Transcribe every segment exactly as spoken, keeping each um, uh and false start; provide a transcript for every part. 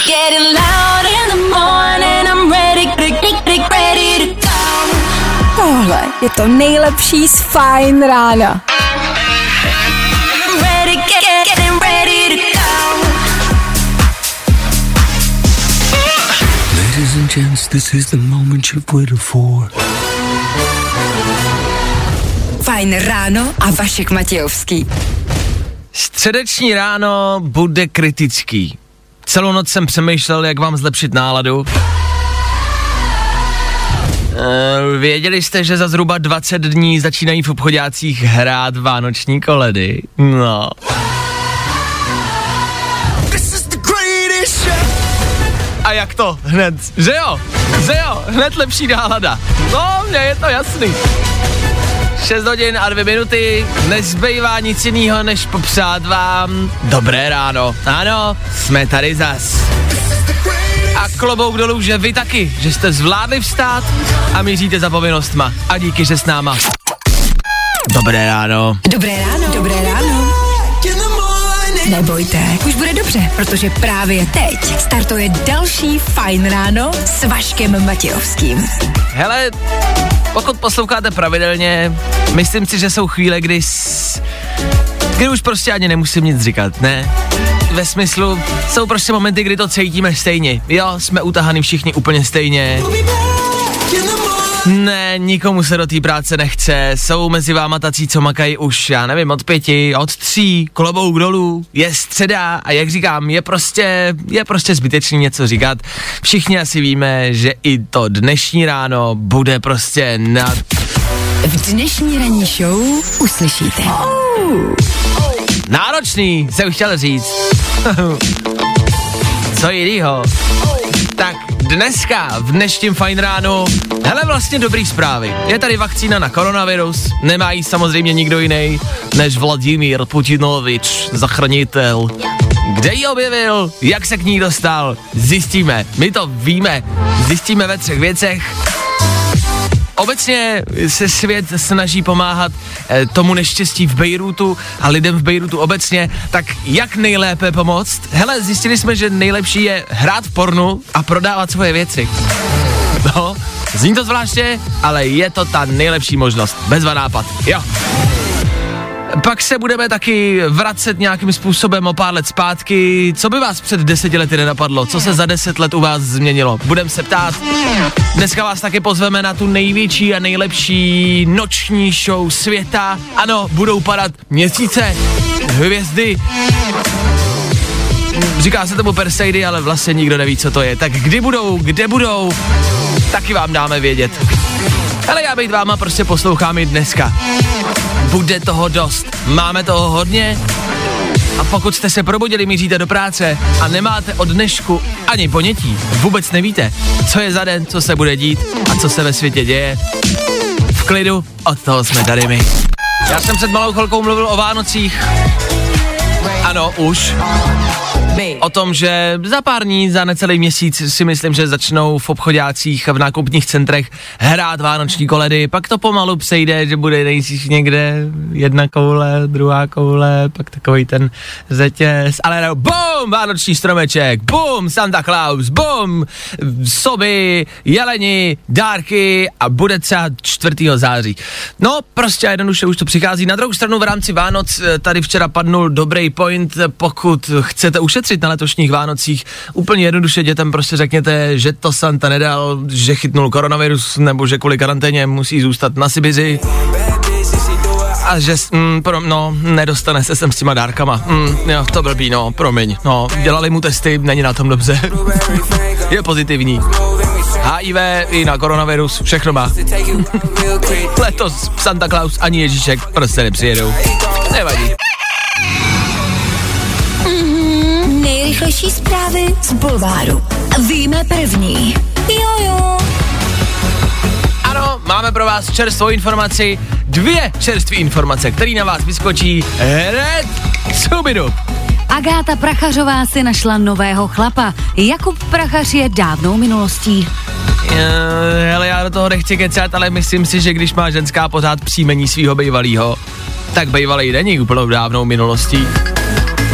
Tohle je to nejlepší z Fajn rána. Ladies and gents, this is the moment you've waited for. Fajn ráno a Vašek Matějovský. Středeční ráno bude kritický. Celou noc jsem přemýšlel, jak vám zlepšit náladu. Uh, věděli jste, že za zhruba dvacet dní začínají v obchodácích hrát vánoční koledy? No. A jak to? Hned, že jo? Že jo? Hned lepší nálada. No, mně je to jasný. šest hodin a dvě minuty, nezbývá nic jinýho, než popřát vám dobré ráno. Ano, jsme tady zas. A klobouk dolů, že vy taky, že jste zvládli vstát a míříte za povinnostma. A díky, že s náma. Dobré ráno. Dobré ráno. Dobré ráno. Nebojte, už bude dobře, protože právě teď startuje další Fajn ráno s Vaškem Matějovským. Hele, pokud posloucháte pravidelně, myslím si, že jsou chvíle, kdy, s... kdy už prostě ani nemusím nic říkat, ne? Ve smyslu, jsou prostě momenty, kdy to cítíme stejně. Jo, jsme utahaný všichni úplně stejně. Ne, nikomu se do té práce nechce, jsou mezi váma tací, co makají už, já nevím, od pěti, od tří, klobouk dolů, je středa a jak říkám, je prostě, je prostě zbytečný něco říkat. Všichni asi víme, že i to dnešní ráno bude prostě na... V dnešní ranní show uslyšíte. Oh. Náročný, jsem chtěl říct. Co jinýho? Tak dneska, v dnešním Fajn ránu, hele, vlastně dobrý zprávy. Je tady vakcína na koronavirus, nemá jí samozřejmě nikdo jiný než Vladimír Putinovič, zachranitel. Kde ji objevil, jak se k ní dostal, zjistíme, my to víme, zjistíme ve třech věcech. Obecně se svět snaží pomáhat eh, tomu neštěstí v Bejrútu a lidem v Bejrútu obecně, tak jak nejlépe pomoct? Hele, zjistili jsme, že nejlepší je hrát v pornu a prodávat svoje věci. No, zní to zvláštně, ale je to ta nejlepší možnost, bezva nápad, jo. Pak se budeme taky vracet nějakým způsobem o pár let zpátky. Co by vás před deseti lety nenapadlo? Co se za deset let u vás změnilo? Budeme se ptát. Dneska vás taky pozveme na tu největší a nejlepší noční show světa. Ano, budou padat měsíce, hvězdy. Říká se tomu Perseidy, ale vlastně nikdo neví, co to je. Tak kdy budou, kde budou, taky vám dáme vědět. Ale já být váma prostě poslouchám i dneska. Bude toho dost, máme toho hodně a pokud jste se probudili, míříte do práce a nemáte od dnešku ani ponětí, vůbec nevíte, co je za den, co se bude dít a co se ve světě děje, v klidu, od toho jsme tady my. Já jsem před malou chvilkou mluvil o Vánocích, ano, už. O tom, že za pár dní, za necelý měsíc si myslím, že začnou v obchodácích a v nákupních centrech hrát vánoční koledy, pak to pomalu přejde, že bude nejdřív někde jedna koule, druhá koule, pak takový ten řetěz, ale no, bum, vánoční stromeček, bum, Santa Claus, bum, soby, jeleni, dárky a bude třeba čtvrtého září. No, prostě jednoduše už to přichází. Na druhou stranu v rámci Vánoc tady včera padnul dobrý point, pokud chcete ušetřit na letošních Vánocích, úplně jednoduše dětem prostě řekněte, že to Santa nedal, že chytnul koronavirus, nebo že kvůli karanténě musí zůstat na Sibiři a že, mm, pro, no, nedostane se sem s těma dárkama. Mm, jo, to blbý, no, promiň, no, dělali mu testy, není na tom dobře. Je pozitivní. H I V i na koronavirus, všechno má. Letos Santa Claus ani Ježíšek prostě nepřijedou. Nevadí. Nejrychlejší zprávy z bulváru. Víme první. Jojo. Ano, máme pro vás čerstvou informaci, dvě čerstvé informace, které na vás vyskočí hned cubidu. Agáta Prachařová si našla nového chlapa. Jakub Prachař je dávnou minulostí. Hele, já do toho nechci kecat, ale myslím si, že když má ženská pořád příjmení svýho bejvalýho, tak bejvalej není úplnou dávnou minulostí. To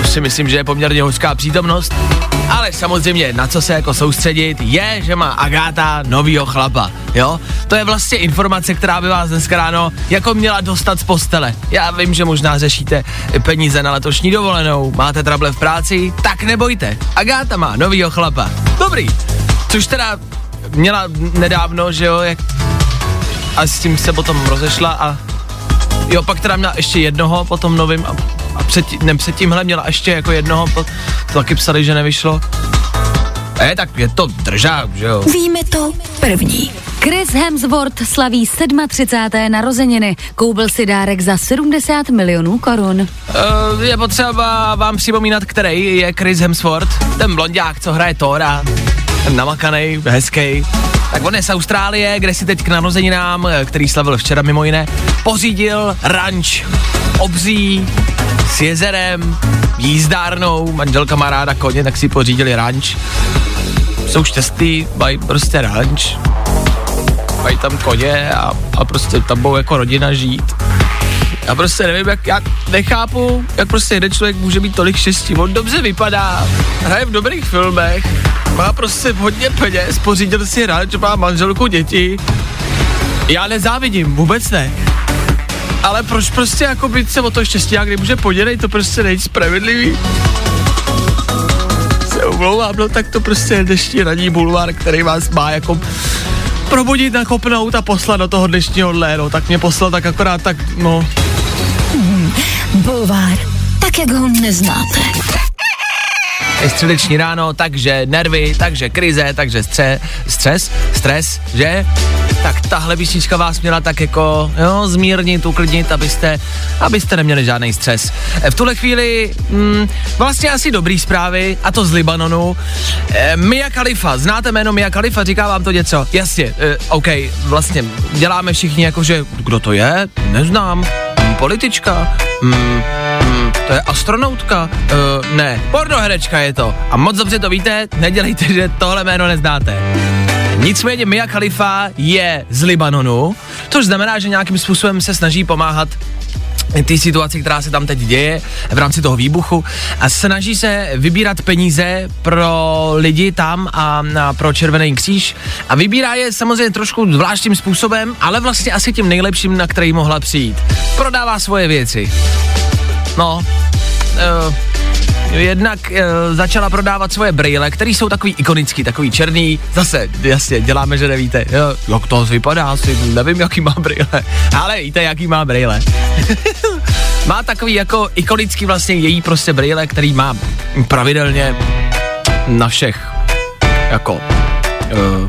což si myslím, že je poměrně hořká přítomnost. Ale samozřejmě, na co se jako soustředit, je, že má Agáta novýho chlapa, jo? To je vlastně informace, která by vás dneska ráno jako měla dostat z postele. Já vím, že možná řešíte peníze na letošní dovolenou, máte trable v práci, tak nebojte. Agáta má novýho chlapa. Dobrý. Což teda měla nedávno, že jo, jak... A s tím se potom rozešla a... Jo, pak teda měla ještě jednoho po tom novým a, a před, ne, před tímhle měla ještě jako jednoho, po, to taky psali, že nevyšlo. E, tak je to držák, že jo. Víme to první. Chris Hemsworth slaví třicáté sedmé narozeniny. Koupil si dárek za sedmdesát milionů korun. Uh, je potřeba vám připomínat, který je Chris Hemsworth, ten blonďák, co hraje Thora, ten namakanej, hezký. Tak on je z Austrálie, kde si teď k narozeninám, který slavil včera mimo jiné, pořídil ranč obří s jezerem, jízdárnou, manželka má ráda koně, tak si pořídili ranč. Jsou štěstí, mají prostě ranč, mají tam koně a, a prostě tam budou jako rodina žít. Já prostě nevím, jak, já nechápu, jak prostě jeden člověk může mít tolik štěstí. On dobře vypadá, hraje v dobrých filmech, má prostě hodně peněz, pořídil si ranč, má manželku, děti. Já nezávidím, vůbec ne. Ale proč prostě jako být se o to štěstí, jak nemůže podělit, to prostě není spravedlivý. Se omlouvám, no tak to prostě je dnešní ranní bulvár, který vás má jako probudit, nakopnout a poslat do toho dnešního dne, no tak mě poslal tak akorát tak, no. Hmm, bulvár, tak jak ho neznáte. Je středeční ráno, takže nervy, takže krize, takže stře, stres, stres, že? Tak tahle písnička vás měla tak jako, jo, zmírnit, uklidnit, abyste, abyste neměli žádný stres. V tuhle chvíli, mm, vlastně asi dobrý zprávy, a to z Libanonu. E, Mia Khalifa, znáte jméno Mia Khalifa, říká vám to něco? Jasně, e, OK, vlastně děláme všichni jako, že kdo to je? Neznám. Politička? Mm, mm, to je astronautka? Uh, ne, pornoherečka je to. A moc dobře to víte, nedělejte, že tohle jméno neznáte. Nicméně Mia Khalifa je z Libanonu, což znamená, že nějakým způsobem se snaží pomáhat ty situaci, která se tam teď děje v rámci toho výbuchu a snaží se vybírat peníze pro lidi tam a, a pro Červený kříž a vybírá je samozřejmě trošku zvláštním způsobem, ale vlastně asi tím nejlepším, na který mohla přijít. Prodává svoje věci. No, uh, jednak uh, začala prodávat svoje brejle, které jsou takový ikonický, takový černý, zase, jasně, děláme, že nevíte, jo, jak to vypadá, asi nevím, jaký má brejle, ale víte, jaký má brejle. Má takový jako ikonický vlastně její prostě brejle, který má pravidelně na všech jako uh,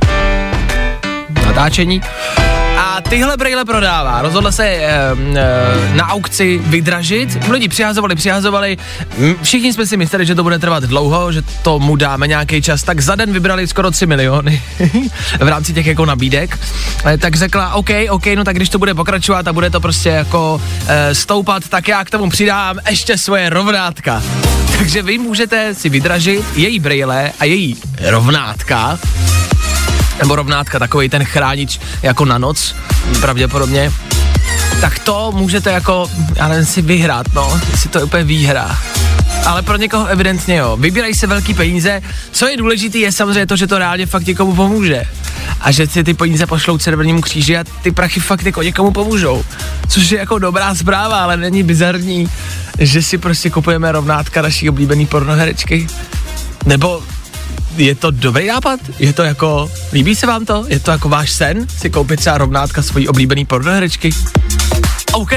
natáčení. A tyhle brejle prodává. Rozhodla se e, e, na aukci vydražit. Lidi přihazovali, přihazovali. Všichni jsme si mysleli, že to bude trvat dlouho, že tomu dáme nějaký čas. Tak za den vybrali skoro tři miliony v rámci těch jako nabídek. E, tak řekla, OK, OK, no tak když to bude pokračovat a bude to prostě jako e, stoupat, tak já k tomu přidám ještě svoje rovnátka. Takže vy můžete si vydražit její brejle a její rovnátka. Nebo rovnátka, takovej ten chránič jako na noc, pravděpodobně, tak to můžete jako, já nevím, si vyhrát, no, si to je úplně výhra. Ale pro někoho evidentně jo, vybírají se velký peníze, co je důležité je samozřejmě to, že to reálně fakt někomu pomůže. A že si ty peníze pošlou Červenému kříži a ty prachy fakt jako někomu pomůžou. Což je jako dobrá zpráva, ale není bizarní, že si prostě kupujeme rovnátka naší oblíbený pornoherečky. Nebo je to dobrý nápad? Je to jako, líbí se vám to? Je to jako váš sen? Si koupit třeba rovnátka svojí oblíbený pornoherečky? OK.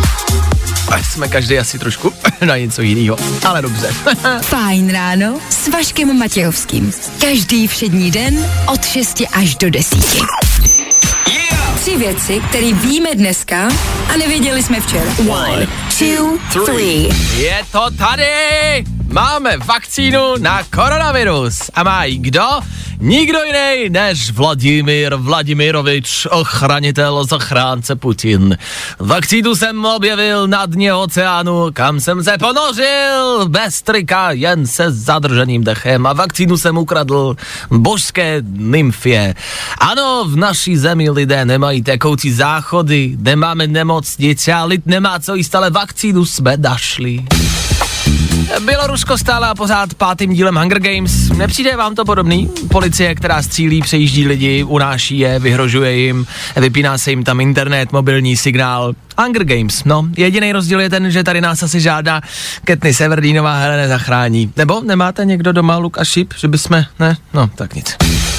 A jsme každý asi trošku na něco jiného, ale dobře. Fajn ráno s Vaškem Matějovským. Každý všední den od šesti až do desíti. Yeah! Tři věci, které víme dneska a nevěděli jsme včera. One, two, three. Je to tady! Máme vakcínu na koronavirus. A má ji kdo? Nikdo jiný než Vladimír Vladimirovič, ochranitel, zachránce Putin. Vakcínu jsem objevil na dně oceánu, kam jsem se ponořil bez trika, jen se zadrženým dechem a vakcínu jsem ukradl božské nymfě. Ano, v naší zemi lidé nemají tekoucí záchody, nemáme nemocnice a lid nemá co jíst, ale vakcínu jsme našli. Bělorusko stále a pořád pátým dílem Hunger Games. Nepřijde vám to podobný? Policie, která střílí, přejíždí lidi, unáší je, vyhrožuje jim, vypíná se jim tam internet, mobilní signál. Hunger Games, no, jediný rozdíl je ten, že tady nás asi žádná Katniss Everdeenová hele nezachrání. Nebo nemáte někdo doma luk a šíp, že bychom, ne? No, tak nic.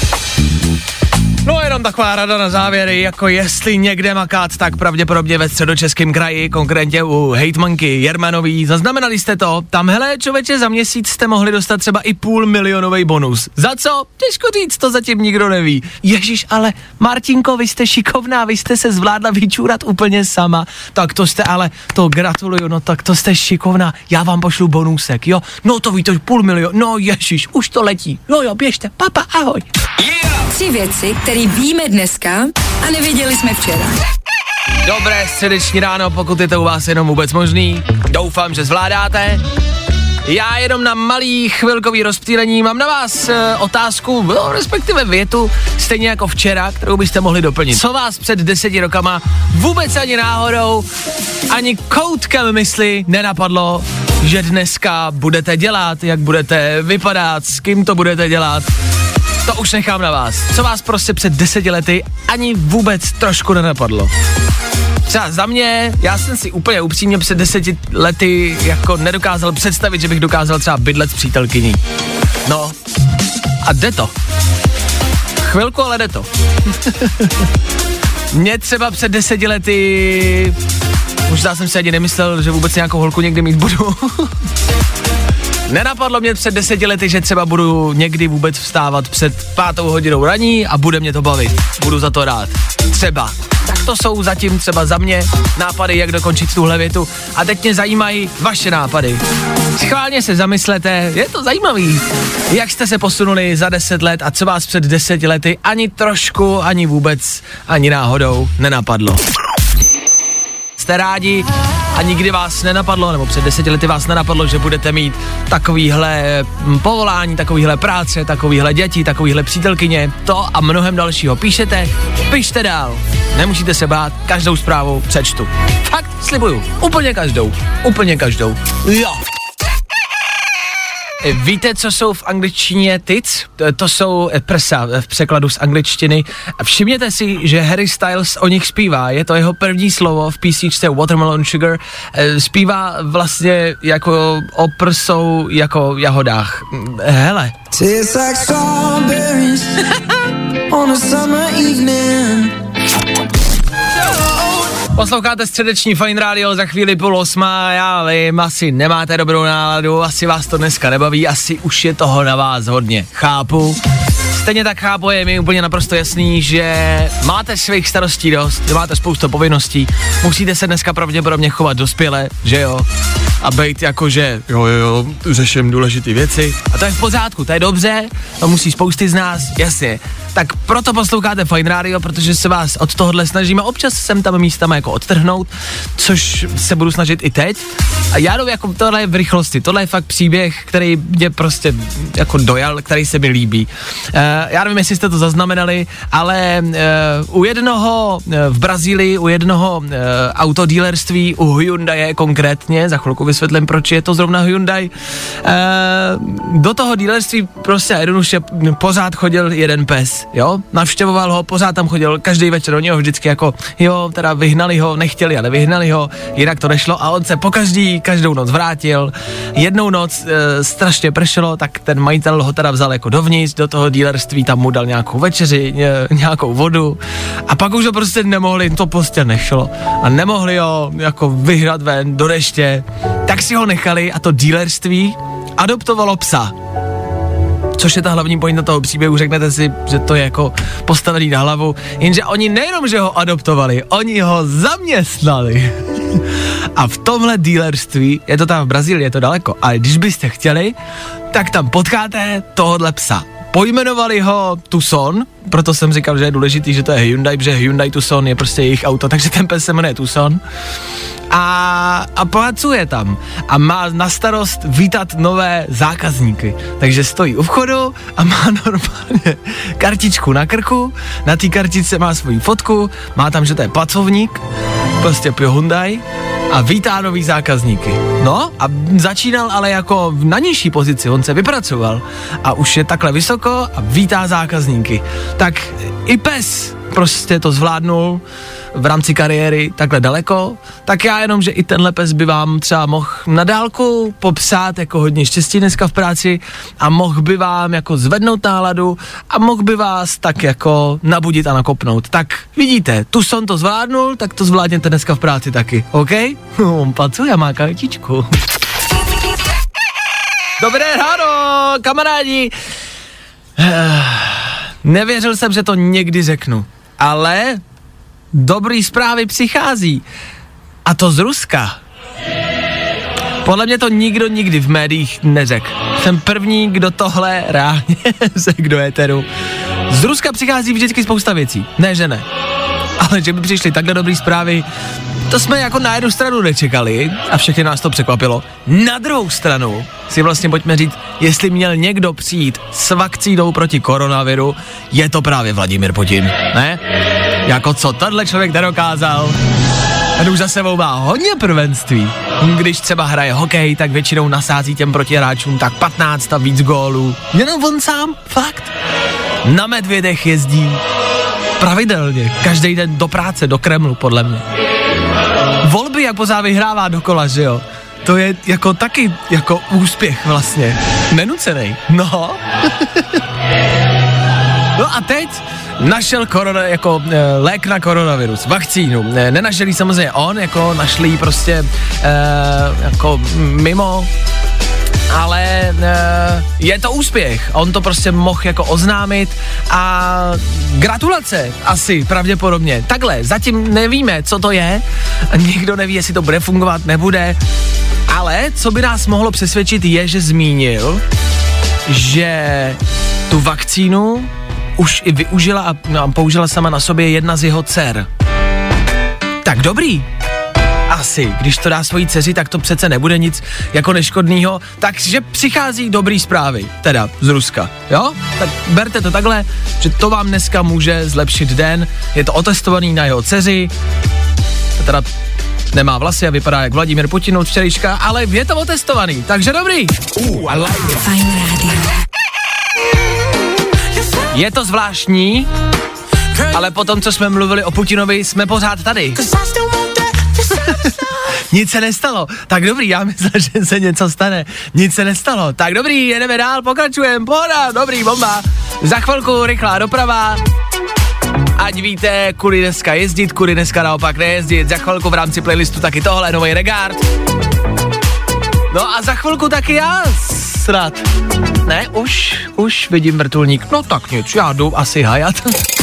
No jenom taková rada na závěry, jako jestli někde makat, tak pravděpodobně ve Středočeském kraji, konkrétně u hejtmanky Jermanový. Zaznamenali jste to? Tam, hele, člověče, za měsíc jste mohli dostat třeba i půl milionový bonus. Za co? Těžko říct, to zatím nikdo neví. Ježíš, ale Martinko, vy jste šikovná, vy jste se zvládla vyčůrat úplně sama. Tak to jste, ale to gratuluju, no tak to jste šikovná, já vám pošlu bonusek, jo? No to ví to půl milion, no ježíš, už to letí. Jo, jo, běžte, papa, ahoj. Yeah! Tři věci, které víme dneska a nevěděli jsme včera. Dobré středeční ráno, pokud je to u vás jenom vůbec možný. Doufám, že zvládáte. Já jenom na malý chvilkový rozptýlení mám na vás e, otázku, no, respektive větu, stejně jako včera, kterou byste mohli doplnit. Co vás před deseti rokama vůbec ani náhodou, ani koutkem mysli nenapadlo, že dneska budete dělat, jak budete vypadat, s kým to budete dělat? To už nechám na vás. Co vás prostě před deseti lety ani vůbec trošku nenapadlo? Třeba za mě, já jsem si úplně upřímně před deseti lety jako nedokázal představit, že bych dokázal třeba bydlet s přítelkyní. No, a jde to. Chvilku, ale jde to. Mě třeba před deseti lety, možná jsem si ani nemyslel, že vůbec nějakou holku někdy mít budu. Nenapadlo mě před deseti lety, že třeba budu někdy vůbec vstávat před pátou hodinou raní a bude mě to bavit. Budu za to rád. Třeba. Tak to jsou zatím třeba za mě nápady, jak dokončit tuhle větu. A teď mě zajímají vaše nápady. Schválně se zamyslete, je to zajímavý. Jak jste se posunuli za deset let a co vás před deseti lety ani trošku, ani vůbec, ani náhodou nenapadlo. Jste rádi a nikdy vás nenapadlo, nebo před deseti lety vás nenapadlo, že budete mít takovýhle povolání, takovýhle práce, takovýhle děti, takovýhle přítelkyně, to a mnohem dalšího. Píšete, pište dál. Nemusíte se bát, každou zprávu přečtu. Fakt, slibuju, úplně každou, úplně každou. Jo. Víte, co jsou v angličtině tits? To jsou prsa v překladu z angličtiny. Všimněte si, že Harry Styles o nich zpívá. Je to jeho první slovo v písničce Watermelon Sugar. Zpívá vlastně jako o prsou, jako jahodách. Hele. Posloucháte středeční Fajn rádio, za chvíli půl osma, já vím, asi nemáte dobrou náladu, asi vás to dneska nebaví, asi už je toho na vás hodně, chápu. Stejně tak chápu, je mi úplně naprosto jasný, že máte svých starostí dost, že máte spoustu povinností, musíte se dneska pravděpodobně chovat dospěle, že jo, a bejt jakože, jo, jo, jo, řeším důležité věci, a to je v pořádku, to je dobře, to musí spousty z nás, jasně. Tak proto posloucháte Fajn rádio, protože se vás od tohohle snažíme občas sem tam místama jako odtrhnout, což se budu snažit i teď. A já jdu jako tohle je v rychlosti, tohle je fakt příběh, který mě prostě jako dojal, který se mi líbí. Uh, já nevím, jestli jste to zaznamenali, ale uh, u jednoho uh, v Brazílii, u jednoho uh, autodílerství, u Hyundai konkrétně, za chvilku vysvětlím, proč je to zrovna Hyundai, uh, do toho dílerství prostě jednoduše pořád chodil jeden pes. Jo, navštěvoval ho, pořád tam chodil, každý večer, oni ho vždycky jako, jo, teda vyhnali ho, nechtěli, ale vyhnali ho, jinak to nešlo a on se po každý, každou noc vrátil. Jednou noc e, strašně pršelo, tak ten majitel ho teda vzal jako dovnitř do toho dílerství, tam mu dal nějakou večeři, ně, nějakou vodu a pak už ho prostě nemohli, to prostě nešlo a nemohli ho jako vyhnat ven do deště, tak si ho nechali a to dílerství adoptovalo psa. Což je ta hlavní pointa toho příběhu, řeknete si, že to je jako postavený na hlavu, jenže oni nejenom, že ho adoptovali, oni ho zaměstnali. A v tomhle dílerství, je to tam v Brazílii, je to daleko, ale když byste chtěli, tak tam potkáte tohodle psa. Pojmenovali ho Tucson, proto jsem říkal, že je důležitý, že to je Hyundai, protože Hyundai Tucson je prostě jejich auto, takže ten pes se jmenuje Tucson. a, a pracuje tam a má na starost vítat nové zákazníky. Takže stojí u vchodu a má normálně kartičku na krku, na té kartičce má svoji fotku, má tam, že to je pracovník, prostě pro Hyundai a vítá nový zákazníky. No a začínal ale jako na nižší pozici, on se vypracoval a už je takhle vysoko a vítá zákazníky. Tak i pes prostě to zvládnul v rámci kariéry takhle daleko, tak já jenom, že i tenhle pes by vám třeba mohl na dálku popsat jako hodně štěstí dneska v práci a mohl by vám jako zvednout náladu a mohl by vás tak jako nabudit a nakopnout. Tak vidíte, tu son to zvládnul, tak to zvládněte dneska v práci taky, OK? On pracuje a má kartičku. Dobré ráno, kamarádi. Nevěřil jsem, že to někdy řeknu, ale dobrý zprávy přichází. A to z Ruska. Podle mě to nikdo nikdy v médiích neřekl. Jsem první, kdo tohle reálně řekl do éteru. Z Ruska přichází vždycky spousta věcí. Ne, že ne. Ale že by přišly takhle dobrý zprávy, to jsme jako na jednu stranu nečekali a všechny nás to překvapilo. Na druhou stranu si vlastně pojďme říct, jestli měl někdo přijít s vakcínou proti koronaviru, je to právě Vladimír Putin, ne? Jako co tenhle člověk nedokázal. Ten už za sebou má hodně prvenství. Když třeba hraje hokej, tak většinou nasází těm protihráčům tak patnáct a víc gólů. Jenom on sám, fakt. Na medvědech jezdí pravidelně, každý den do práce, do Kremlu, podle mě. Volby, jak pořád vyhrává dokola, že jo? To je jako taky jako úspěch vlastně. Nenucenej. No. No a teď našel korona, jako e, lék na koronavirus, vakcínu. E, nenašel jí samozřejmě on, jako našli jí prostě e, jako mimo, ale e, je to úspěch. On to prostě mohl jako oznámit a gratulace asi pravděpodobně. Takhle, zatím nevíme, co to je, nikdo neví, jestli to bude fungovat, nebude, ale co by nás mohlo přesvědčit je, že zmínil, že tu vakcínu už i využila a no, použila sama na sobě jedna z jeho dcer. Tak dobrý. Asi, když to dá svojí dceři, tak to přece nebude nic jako neškodného. Takže přichází dobrý zprávy, teda z Ruska, jo? Tak berte to takhle, že to vám dneska může zlepšit den. Je to otestovaný na jeho dceři, teda nemá vlasy a vypadá jak Vladimír Putin od včerejška, ale je to otestovaný, takže dobrý. Uh, I like it. Fajn rádio. Je to zvláštní, ale po tom, co jsme mluvili o Putinovi, jsme pořád tady. Nic se nestalo. Tak dobrý, já myslím, že se něco stane. Nic se nestalo. Tak dobrý, jedeme dál, pokračujeme, pohoda, dobrý, bomba. Za chvilku rychlá doprava. Ať víte, kudy dneska jezdit, kudy dneska naopak nejezdit. Za chvilku v rámci playlistu taky tohle, nový regard. No a za chvilku taky já snad. Ne, už, už vidím vrtulník. No tak nic, já jdu asi hajat.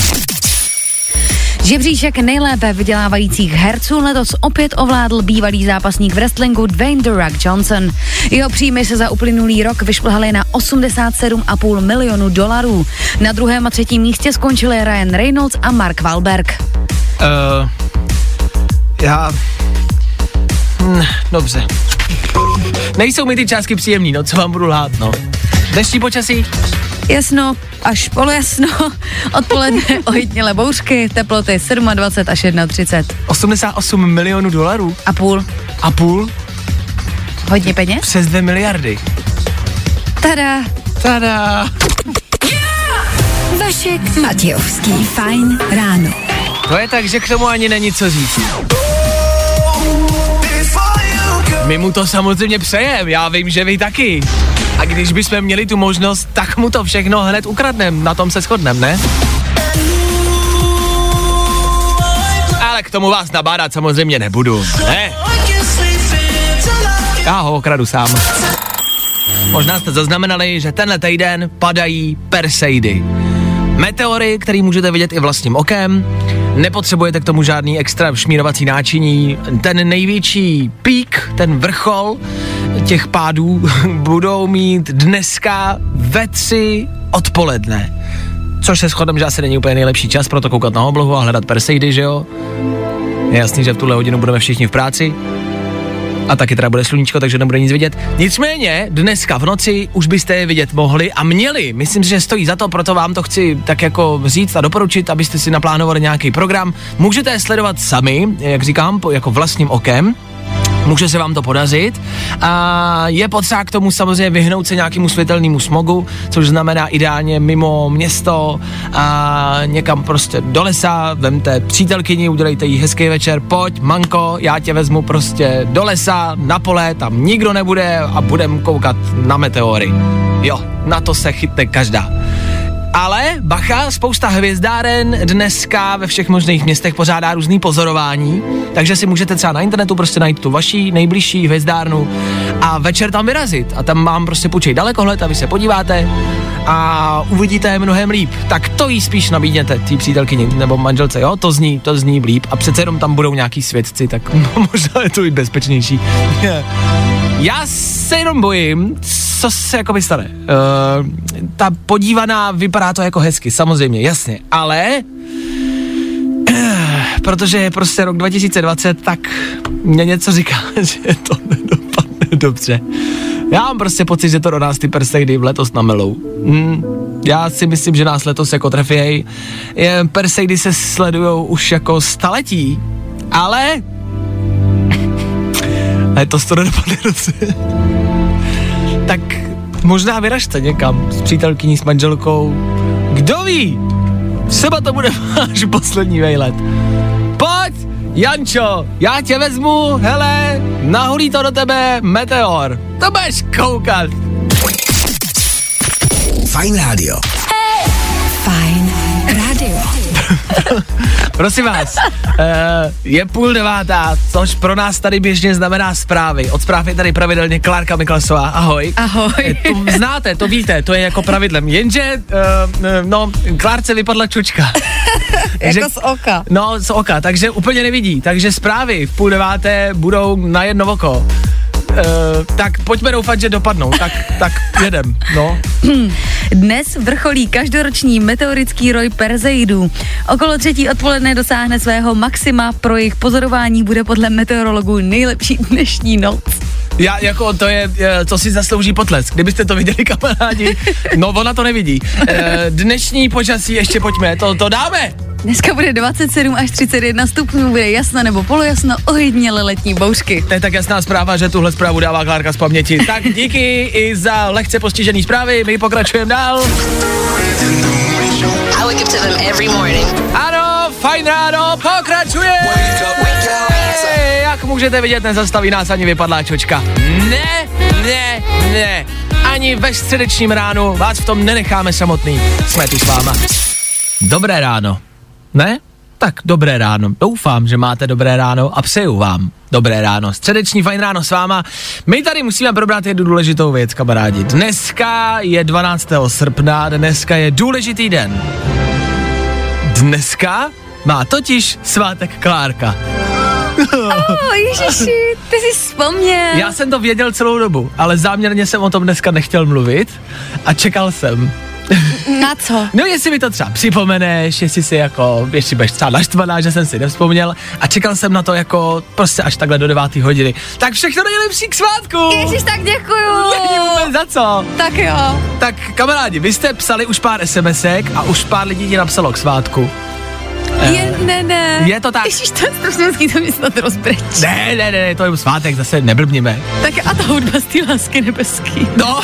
Žebříček nejlépe vydělávajících herců letos opět ovládl bývalý zápasník v wrestlingu Dwayne The Rock Johnson. Jeho příjmy se za uplynulý rok vyšplhaly na osmdesát sedm a půl milionu dolarů. Na druhém a třetím místě skončili Ryan Reynolds a Mark Wahlberg. Uh, já... Hm, dobře. Nejsou mi ty částky příjemný, no co vám budu lhát, no. Dnešní počasí? Jasno, až polojasno, odpoledne ojitnělé bouřky, teploty dvacet sedm až třicet jedna. osmdesát osm milionů dolarů? A půl. A půl? Hodně peněz? Přes dvě miliardy. Tada. Tada. Vašek Matějovský, fajn ráno. To je tak, že k tomu ani není co říct. My mu to samozřejmě přejem, já vím, že vy taky. A když bychom měli tu možnost, tak mu to všechno hned ukradnem, na tom se shodnem, ne? Ale k tomu vás nabádat samozřejmě nebudu, ne? Já ho okradu sám. Možná jste zaznamenali, že tenhle týden padají Perseidy. Meteory, který můžete vidět i vlastním okem. Nepotřebujete k tomu žádný extra šmírovací náčiní. Ten největší pík, ten vrchol těch pádů budou mít dneska ve tři odpoledne. Což se shodem, že asi není úplně nejlepší čas pro to koukat na oblohu a hledat Perseidy, že jo? Je jasný, že v tuhle hodinu budeme všichni v práci. A taky teda bude sluníčko, takže nebude nic vidět. Nicméně, dneska v noci už byste je vidět mohli a měli. Myslím si, že stojí za to, proto vám to chci tak jako říct a doporučit, abyste si naplánovali nějaký program. Můžete je sledovat sami, jak říkám, jako vlastním okem. Může se vám to podařit a je potřeba k tomu samozřejmě vyhnout se nějakému světelnému smogu, což znamená ideálně mimo město a někam prostě do lesa, vemte přítelkyni, udělejte jí hezký večer, pojď, manko, já tě vezmu prostě do lesa, na pole, tam nikdo nebude a budem koukat na meteory. Jo, na to se chytne každá. Ale bacha, spousta hvězdáren dneska ve všech možných městech pořádá různý pozorování, takže si můžete třeba na internetu prostě najít tu vaší nejbližší hvězdárnu a večer tam vyrazit a tam vám prostě půjčej dalekohled a vy se podíváte a uvidíte je mnohem líp. Tak to jí spíš nabídněte, tý přítelkyni nebo manželce, jo, to zní, to zní líp a přece jenom tam budou nějaký svědci, tak možná je to i bezpečnější. Já se jenom bojím, co se jako stane. Uh, ta podívaná, vypadá to jako hezky, samozřejmě, jasně, ale uh, protože je prostě rok dva tisíce dvacet, tak mě něco říká, že to nedopadne dobře. Já mám prostě pocit, že to do nás ty Perseidy letos namelou. Hmm, já si myslím, že nás letos jako trefěj. Perseidy se sledujou už jako staletí, ale letos to nedopadne dobře. Tak možná vyražte někam s přítelkyní, s manželkou. Kdo ví? Třeba to bude váš poslední vejlet. Pojď, Jančo, já tě vezmu, hele, nahulí to do tebe meteor. To budeš koukat. Fajn rádio. Fajn rádio. Prosím vás, uh, je půl devátá, což pro nás tady běžně znamená zprávy. Od zpráv je tady pravidelně Klárka Miklasová. Ahoj. Ahoj. To znáte, to víte, to je jako pravidlem. Jenže, uh, no, Klárce vypadla čočka. Jako z oka. No, z oka, takže úplně nevidí. Takže zprávy v půl deváté budou na jedno oko. Uh, tak pojďme doufat, že dopadnou. Tak, tak jedem, no. Dnes vrcholí každoroční meteorický roj Perseidů. Okolo třetí odpoledne dosáhne svého maxima. Pro jejich pozorování bude podle meteorologů nejlepší dnešní noc. Já, jako to je, co si zaslouží potlesk. Kdybyste to viděli, kamarádi, no ona to nevidí. E, dnešní počasí ještě pojďme, to, to dáme. Dneska bude dvacet sedm až třicet jedna stupňů, bude jasno nebo polojasno, ojediněle letní bouřky. To je tak jasná zpráva, že tuhle zprávu dává Klárka z paměti. Tak díky i za lehce postižený zprávy, my pokračujeme dál. I wake up to them every morning. Ano, fajn ráno, pokračuje. Jak můžete vidět, nezastaví nás ani vypadlá čočka. Ne, ne, ne. Ani ve středečním ránu vás v tom nenecháme samotný. Jsme tu s váma. Dobré ráno. Ne? Tak dobré ráno. Doufám, že máte dobré ráno a přeju vám dobré ráno. Středeční fajn ráno s váma. My tady musíme probrat jednu důležitou věc, kamarádi. Dneska je dvanáctého srpna, dneska je důležitý den. Dneska má totiž svátek Klárka. Oh, ježiši, ty jsi vzpomněl. Já jsem to věděl celou dobu, ale záměrně jsem o tom dneska nechtěl mluvit a čekal jsem. Na co? No jestli mi to třeba připomeneš, jestli si jako, jestli budeš třeba naštvaná, že jsem si nevzpomněl a čekal jsem na to jako prostě až takhle do devátý hodiny. Tak všechno nejlepší k svátku! Ježiš, tak děkuju! Není vůbec za co! Tak jo. Tak kamarádi, vy jste psali už pár SMSek a už pár lidí ti napsalo k svátku. Je, ne, ne. Je to tak. Ježiš, to je strašně hezký, to mi snad rozbrečí. Ne, ne, ne, to je svátek, zase neblbněme. Tak a ta hudba z té lásky nebeský. No.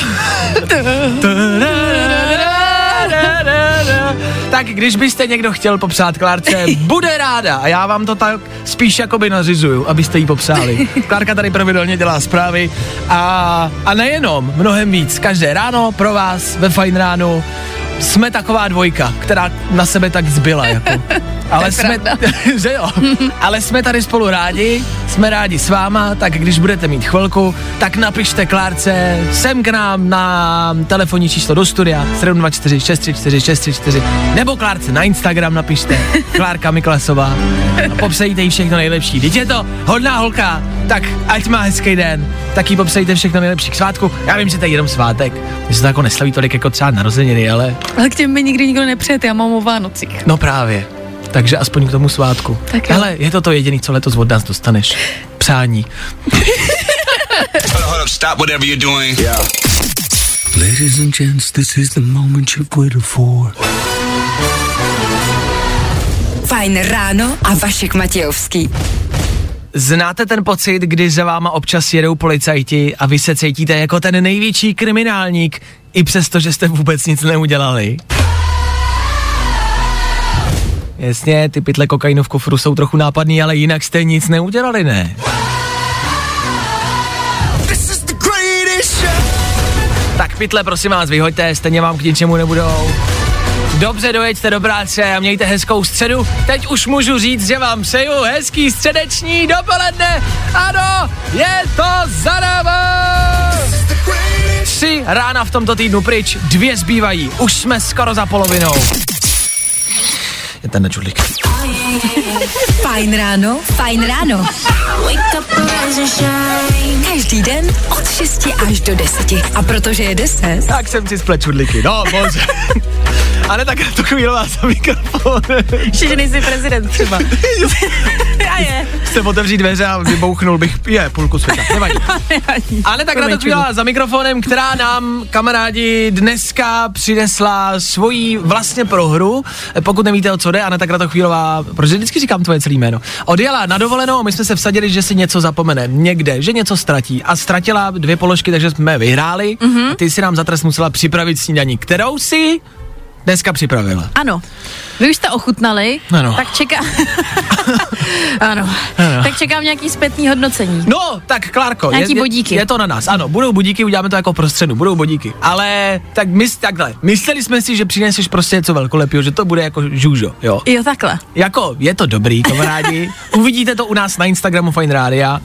Tak když byste někdo chtěl popřát Klárce, bude ráda a já vám to tak spíš jakoby nařizuju, abyste jí popřáli. Klárka tady pravidelně dělá zprávy a, a nejenom, mnohem víc. Každé ráno pro vás ve Fajn ránu jsme taková dvojka, která na sebe tak zbyla jako. Ale jsme, že jo, ale jsme tady spolu rádi, jsme rádi s váma, tak když budete mít chvilku, tak napište Klárce sem k nám na telefonní číslo do studia sedm dva čtyři šest tři čtyři šest tři čtyři nebo Klárce na Instagram napište Klárka Miklasová a popřejte jí všechno nejlepší. Teď je to hodná holka, tak ať má hezký den, tak jí popřejte všechno nejlepší k svátku. Já vím, že to je jenom svátek, že se to jako neslaví tolik jako třeba narozeniny, ale... Ale k těm mi nikdy nikdo nepřijete, já mám o Vánocích. No právě. takže aspoň k tomu svátku. Tak hele, je to to jediný, co letos od nás dostaneš. Přání. Ladies and gents, this is the moment you've waited for. Fajn ráno a Vašek Matějovský. Znáte ten pocit, kdy za váma občas jedou policajti a vy se cítíte jako ten největší kriminálník, i přesto, že jste vůbec nic neudělali? Jasně, ty pytle kokainu v kufru jsou trochu nápadný, ale jinak jste nic neudělali, ne? Tak pytle, prosím vás, vyhoďte, stejně vám k ničemu nebudou. Dobře, dojeďte do práce a mějte hezkou středu. Teď už můžu říct, že vám přeju hezký středeční dopoledne. Ano, je to za náma. Tři rána v tomto týdnu pryč, dvě zbývají. Už jsme skoro za polovinou. Je ten nečudlík. Fajn ráno, fajn ráno. Každý den od šesti až do deseti. A protože je deset, Tak jsem si splet čudlíky, no bože. Ale tak to chvílová za mikrofon. Ještě, že nejsi prezident třeba. Já je. Chce otevřít dveře a vybouchnul bych, je, půlku světa, nevadí. Ale tak na to chvíla za mikrofonem, která nám, kamarádi, dneska přinesla svoji vlastně prohru. Pokud nevíte, o co jde, Aneta Kratochvílová, protože vždycky říkám tvoje celé jméno, odjela na dovolenou a my jsme se vsadili, že si něco zapomene někde, že něco ztratí. A ztratila dvě položky, takže jsme vyhráli. Mm-hmm. A ty si nám za trest musela připravit snídaní, kterou si dneska připravila. Ano. Vy už jste ochutnali, ano. tak čeká... ano. ano. Tak čekám nějaký zpětný hodnocení. No, tak Klárko, nějaký je, bodíky. Je, je to na nás, ano, budou bodíky, uděláme to jako prostředu, budou bodíky, ale tak my, takhle, mysleli jsme si, že přineseš prostě něco velkolepého, že to bude jako žůžo, jo. Jo, takhle. Jako, je to dobrý, kamarádi, uvidíte to u nás na Instagramu Fajn Rádia.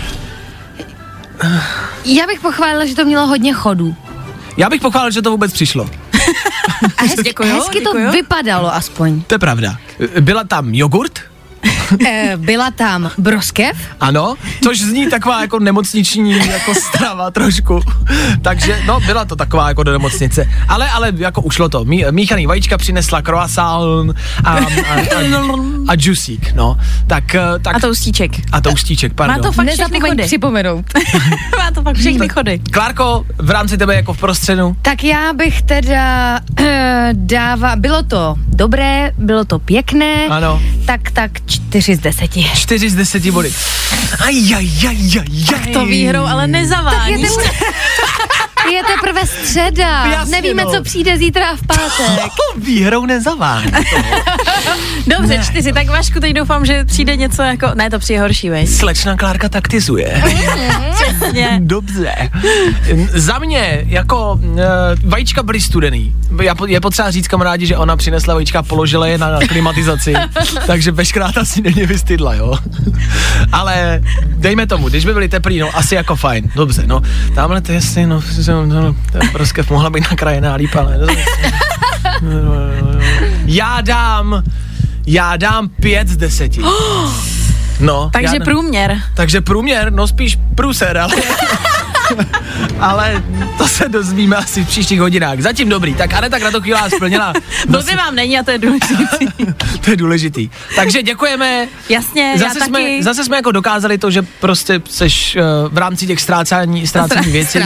Já bych pochválila, že to mělo hodně chodů. Já bych pochválil, že to vůbec přišlo. A hezky, děkuju, hezky to děkuju. Vypadalo aspoň. To je pravda. Byla tam jogurt? e, byla tam broskev? Ano, což zní taková jako nemocniční jako strava trošku. Takže, no, byla to taková jako do nemocnice. Ale, ale jako ušlo to. Mí, míchaný vajíčka přinesla croissant a, a, a, a džusík, no. Tak, tak, a toustíček. A toustíček, pardon. Má to fakt všechny chody. Připomenout. Má to fakt všechny chody. Klárko, v rámci tebe jako v prostředu. Tak já bych teda uh, dává, bylo to dobré, bylo to pěkné. Ano. Tak, tak čtyři z deseti. Čtyři z deseti body. Aj, aj, aj, aj, tak to výhrou ale nezaváníš. Je teprve středa. Jasně, nevíme, no. co přijde zítra v pátek. Výhrou nezavání. Dobře, ne. čtyři, tak Vašku, teď doufám, že přijde něco jako, ne, to přijde horší, veď? Slečna Klárka taktizuje. Přesně. Dobře. Za mě, jako uh, vajíčka byly studený. Je potřeba říct kamarádi, že ona přinesla vajíčka, položila je na klimatizaci, takže veškerá ta si není vystydla, jo. Ale dejme tomu, když by byly teplý, no asi jako fajn. Dobře, no. Tamhle to jestli, no, no ta broskev mohla být nakrájená líp, ale... Já dám, já dám pět z deseti. No. Takže já, průměr. Takže průměr, no spíš průser, ale... ale to se dozvíme asi v příštích hodinách. Zatím dobrý, tak Aneta Kratochvílová splnila. Blbě vám není a to je důležitý. To je důležitý. Takže děkujeme. Jasně, zase já jsme, taky. Zase jsme jako dokázali to, že prostě seš uh, v rámci těch ztrácení, ztrácení věcí.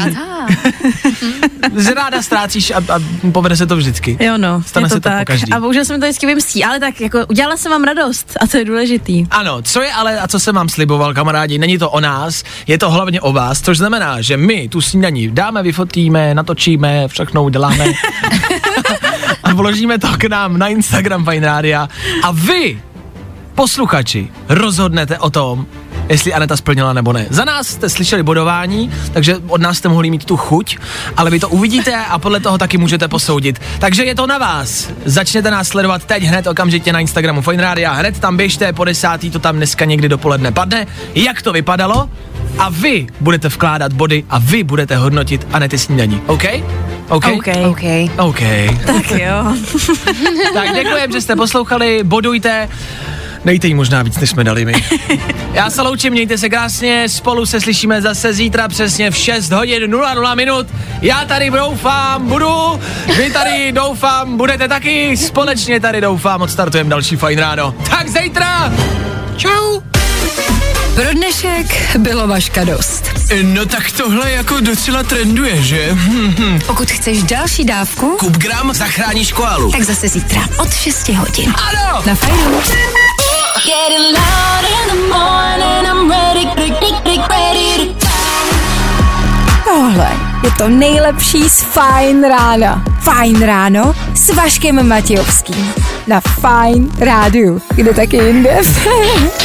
Ráda ztrácíš a, a povede se to vždycky. Jo no, stane je to se to tak. pokaždý. A bohužel se mi to vždycky vymstí, ale tak jako udělala jsem vám radost a to je důležitý. Ano, co je ale a co jsem vám sliboval, kamarádi, není to o nás, je to hlavně o vás, což znamená, že my tu snídaní dáme, vyfotíme, natočíme, všechno uděláme a vložíme to k nám na Instagram Fajn Rádia a vy, posluchači, rozhodnete o tom, jestli Aneta splnila nebo ne. Za nás jste slyšeli bodování, takže od nás jste mohli mít tu chuť, ale vy to uvidíte a podle toho taky můžete posoudit. Takže je to na vás. Začněte nás sledovat teď hned okamžitě na Instagramu Fajn Rádia. Hned tam běžte, po desátý to tam dneska někdy dopoledne padne. Jak to vypadalo? A vy budete vkládat body a vy budete hodnotit Anety snídaní. OK? OK? OK. OK. OK. Tak jo. Tak děkujem, že jste poslouchali, bodujte. Dejte jí možná víc, než jsme dali my. Já se loučím, mějte se krásně, spolu se slyšíme zase zítra přesně v šest hodin nula nula minut. Já tady doufám, budu, vy tady doufám, budete taky, společně tady doufám, odstartujeme další Fajn ráno. Tak zítra! Čau! Pro dnešek bylo Vaška dost. No tak tohle jako docela trenduje, že? Pokud chceš další dávku, Kupgram zachráníš koalu. tak zase zítra od šesti hodin. Ano! Na Fajnu. Tohle je to nejlepší z Fajn rána. Fajn ráno s Vaškem Matějovským. Na Fajn rádiu. Kde taky jinde?